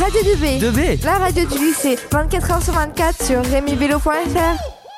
Radio 2B. 2B. La radio du lycée. 24h/24 sur remibello.fr.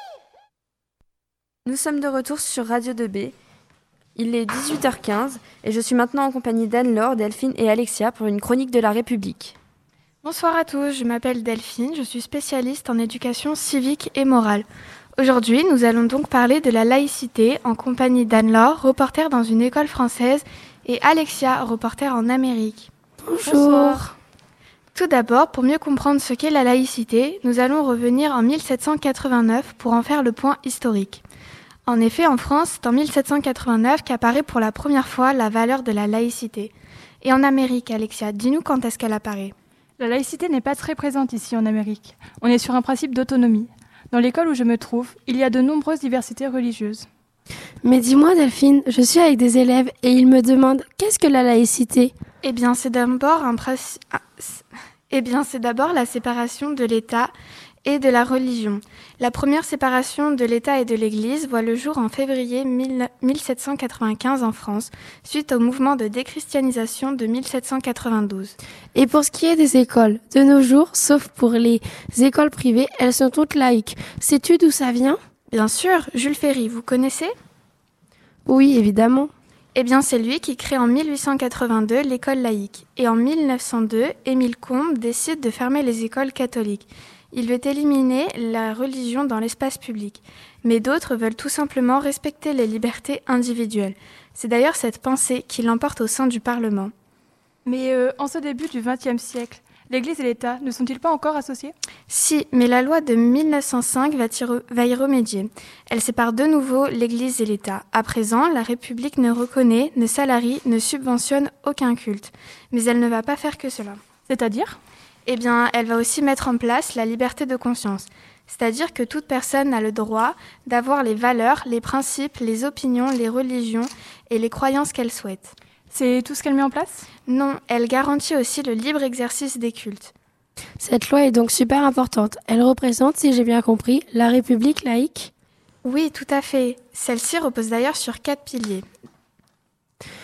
Nous sommes de retour sur Radio 2B. Il est 18h15 et je suis maintenant en compagnie d'Anne-Laure, Delphine et Alexia pour une chronique de la République. Bonsoir à tous, je m'appelle Delphine, je suis spécialiste en éducation civique et morale. Aujourd'hui, nous allons donc parler de la laïcité en compagnie d'Anne-Laure, reporter dans une école française, et Alexia, reporter en Amérique. Bonjour. Tout d'abord, pour mieux comprendre ce qu'est la laïcité, nous allons revenir en 1789 pour en faire le point historique. En effet, en France, c'est en 1789 qu'apparaît pour la première fois la valeur de la laïcité. Et en Amérique, Alexia, dis-nous quand est-ce qu'elle apparaît ? La laïcité n'est pas très présente ici en Amérique. On est sur un principe d'autonomie. Dans l'école où je me trouve, il y a de nombreuses diversités religieuses. Mais dis-moi Delphine, je suis avec des élèves et ils me demandent qu'est-ce que la laïcité ? Eh bien, c'est d'abord la séparation de l'État et de la religion. La première séparation de l'État et de l'Église voit le jour en février 1795 en France, suite au mouvement de déchristianisation de 1792. Et pour ce qui est des écoles, de nos jours, sauf pour les écoles privées, elles sont toutes laïques. Sais-tu d'où ça vient ? Bien sûr, Jules Ferry, vous connaissez ? Oui, évidemment. Eh bien, c'est lui qui crée en 1882 l'école laïque. Et en 1902, Émile Combes décide de fermer les écoles catholiques. Il veut éliminer la religion dans l'espace public. Mais d'autres veulent tout simplement respecter les libertés individuelles. C'est d'ailleurs cette pensée qui l'emporte au sein du Parlement. Mais en ce début du XXe siècle, l'Église et l'État ne sont-ils pas encore associés ? Si, mais la loi de 1905 va y remédier. Elle sépare de nouveau l'Église et l'État. À présent, la République ne reconnaît, ne salarie, ne subventionne aucun culte. Mais elle ne va pas faire que cela. C'est-à-dire ? Eh bien, elle va aussi mettre en place la liberté de conscience. C'est-à-dire que toute personne a le droit d'avoir les valeurs, les principes, les opinions, les religions et les croyances qu'elle souhaite. C'est tout ce qu'elle met en place ? Non, elle garantit aussi le libre exercice des cultes. Cette loi est donc super importante. Elle représente, si j'ai bien compris, la République laïque ? Oui, tout à fait. Celle-ci repose d'ailleurs sur 4 piliers. Lesquels ?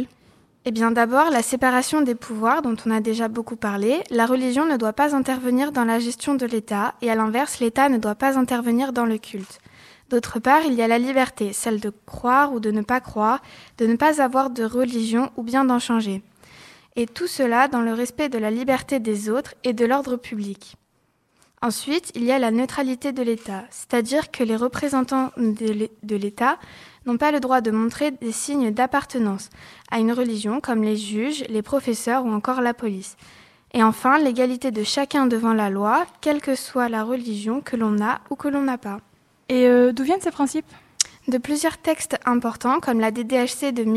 Eh bien d'abord, la séparation des pouvoirs dont on a déjà beaucoup parlé. La religion ne doit pas intervenir dans la gestion de l'État et à l'inverse, l'État ne doit pas intervenir dans le culte. D'autre part, il y a la liberté, celle de croire ou de ne pas croire, de ne pas avoir de religion ou bien d'en changer. Et tout cela dans le respect de la liberté des autres et de l'ordre public. Ensuite, il y a la neutralité de l'État, c'est-à-dire que les représentants de l'État n'ont pas le droit de montrer des signes d'appartenance à une religion comme les juges, les professeurs ou encore la police. Et enfin, l'égalité de chacun devant la loi, quelle que soit la religion que l'on a ou que l'on n'a pas. Et d'où viennent ces principes ? De plusieurs textes importants comme la DDHC de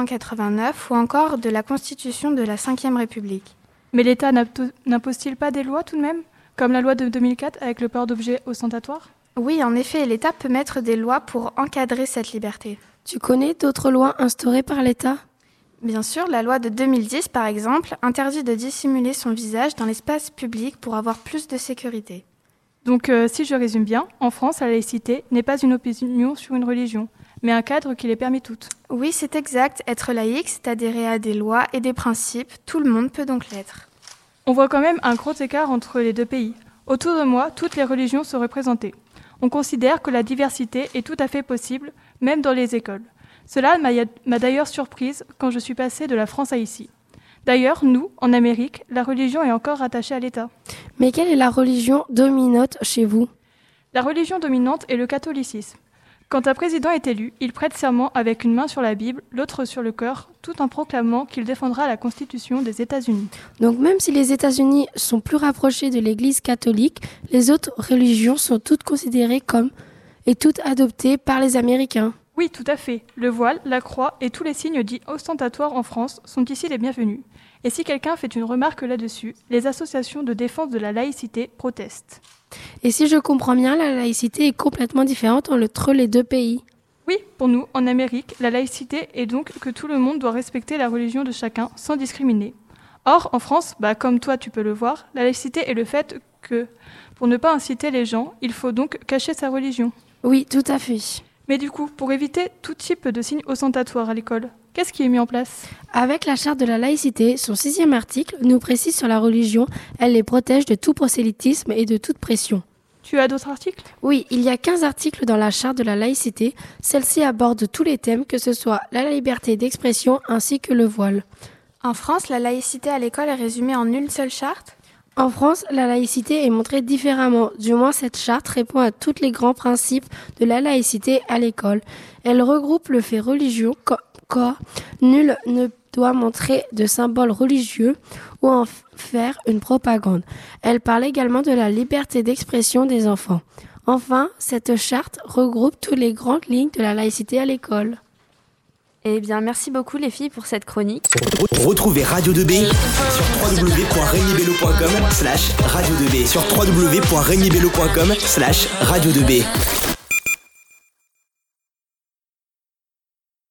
1789 ou encore de la Constitution de la Ve République. Mais l'État n'impose-t-il pas des lois tout de même ? Comme la loi de 2004 avec le port d'objets ostentatoires ? Oui, en effet, l'État peut mettre des lois pour encadrer cette liberté. Tu connais d'autres lois instaurées par l'État ? Bien sûr, la loi de 2010, par exemple, interdit de dissimuler son visage dans l'espace public pour avoir plus de sécurité. Donc, si je résume bien, en France, la laïcité n'est pas une opinion sur une religion, mais un cadre qui les permet toutes. Oui, c'est exact. Être laïque, c'est adhérer à des lois et des principes. Tout le monde peut donc l'être. On voit quand même un gros écart entre les deux pays. Autour de moi, toutes les religions sont représentées. On considère que la diversité est tout à fait possible, même dans les écoles. Cela m'a d'ailleurs surprise quand je suis passée de la France à ici. D'ailleurs, nous, en Amérique, la religion est encore rattachée à l'État. Mais quelle est la religion dominante chez vous ? La religion dominante est le catholicisme. Quand un président est élu, il prête serment avec une main sur la Bible, l'autre sur le cœur, tout en proclamant qu'il défendra la Constitution des États-Unis. Donc même si les États-Unis sont plus rapprochés de l'Église catholique, les autres religions sont toutes considérées comme et toutes adoptées par les Américains. Oui, tout à fait. Le voile, la croix et tous les signes dits ostentatoires en France sont ici les bienvenus. Et si quelqu'un fait une remarque là-dessus, les associations de défense de la laïcité protestent. Et si je comprends bien, la laïcité est complètement différente entre les deux pays. Oui, pour nous, en Amérique, la laïcité est donc que tout le monde doit respecter la religion de chacun sans discriminer. Or, en France, comme toi tu peux le voir, la laïcité est le fait que, pour ne pas inciter les gens, il faut donc cacher sa religion. Oui, tout à fait. Mais du coup, pour éviter tout type de signes ostentatoires à l'école, Qu'est-ce qui est mis en place ? Avec la charte de la laïcité, son 6e article nous précise sur la religion, elle les protège de tout prosélytisme et de toute pression. Tu as d'autres articles ? Oui, il y a 15 articles dans la charte de la laïcité. Celle-ci aborde tous les thèmes, que ce soit la liberté d'expression ainsi que le voile. En France, la laïcité à l'école est résumée en une seule charte ? En France, la laïcité est montrée différemment. Du moins, cette charte répond à tous les grands principes de la laïcité à l'école. Elle regroupe le fait religieux, nul ne doit montrer de symboles religieux ou en faire une propagande. Elle parle également de la liberté d'expression des enfants. Enfin, cette charte regroupe toutes les grandes lignes de la laïcité à l'école. Eh bien, merci beaucoup les filles pour cette chronique. Retrouvez Radio 2B sur www.regnibello.com/radio2b sur www.regnibello.com/radio2b.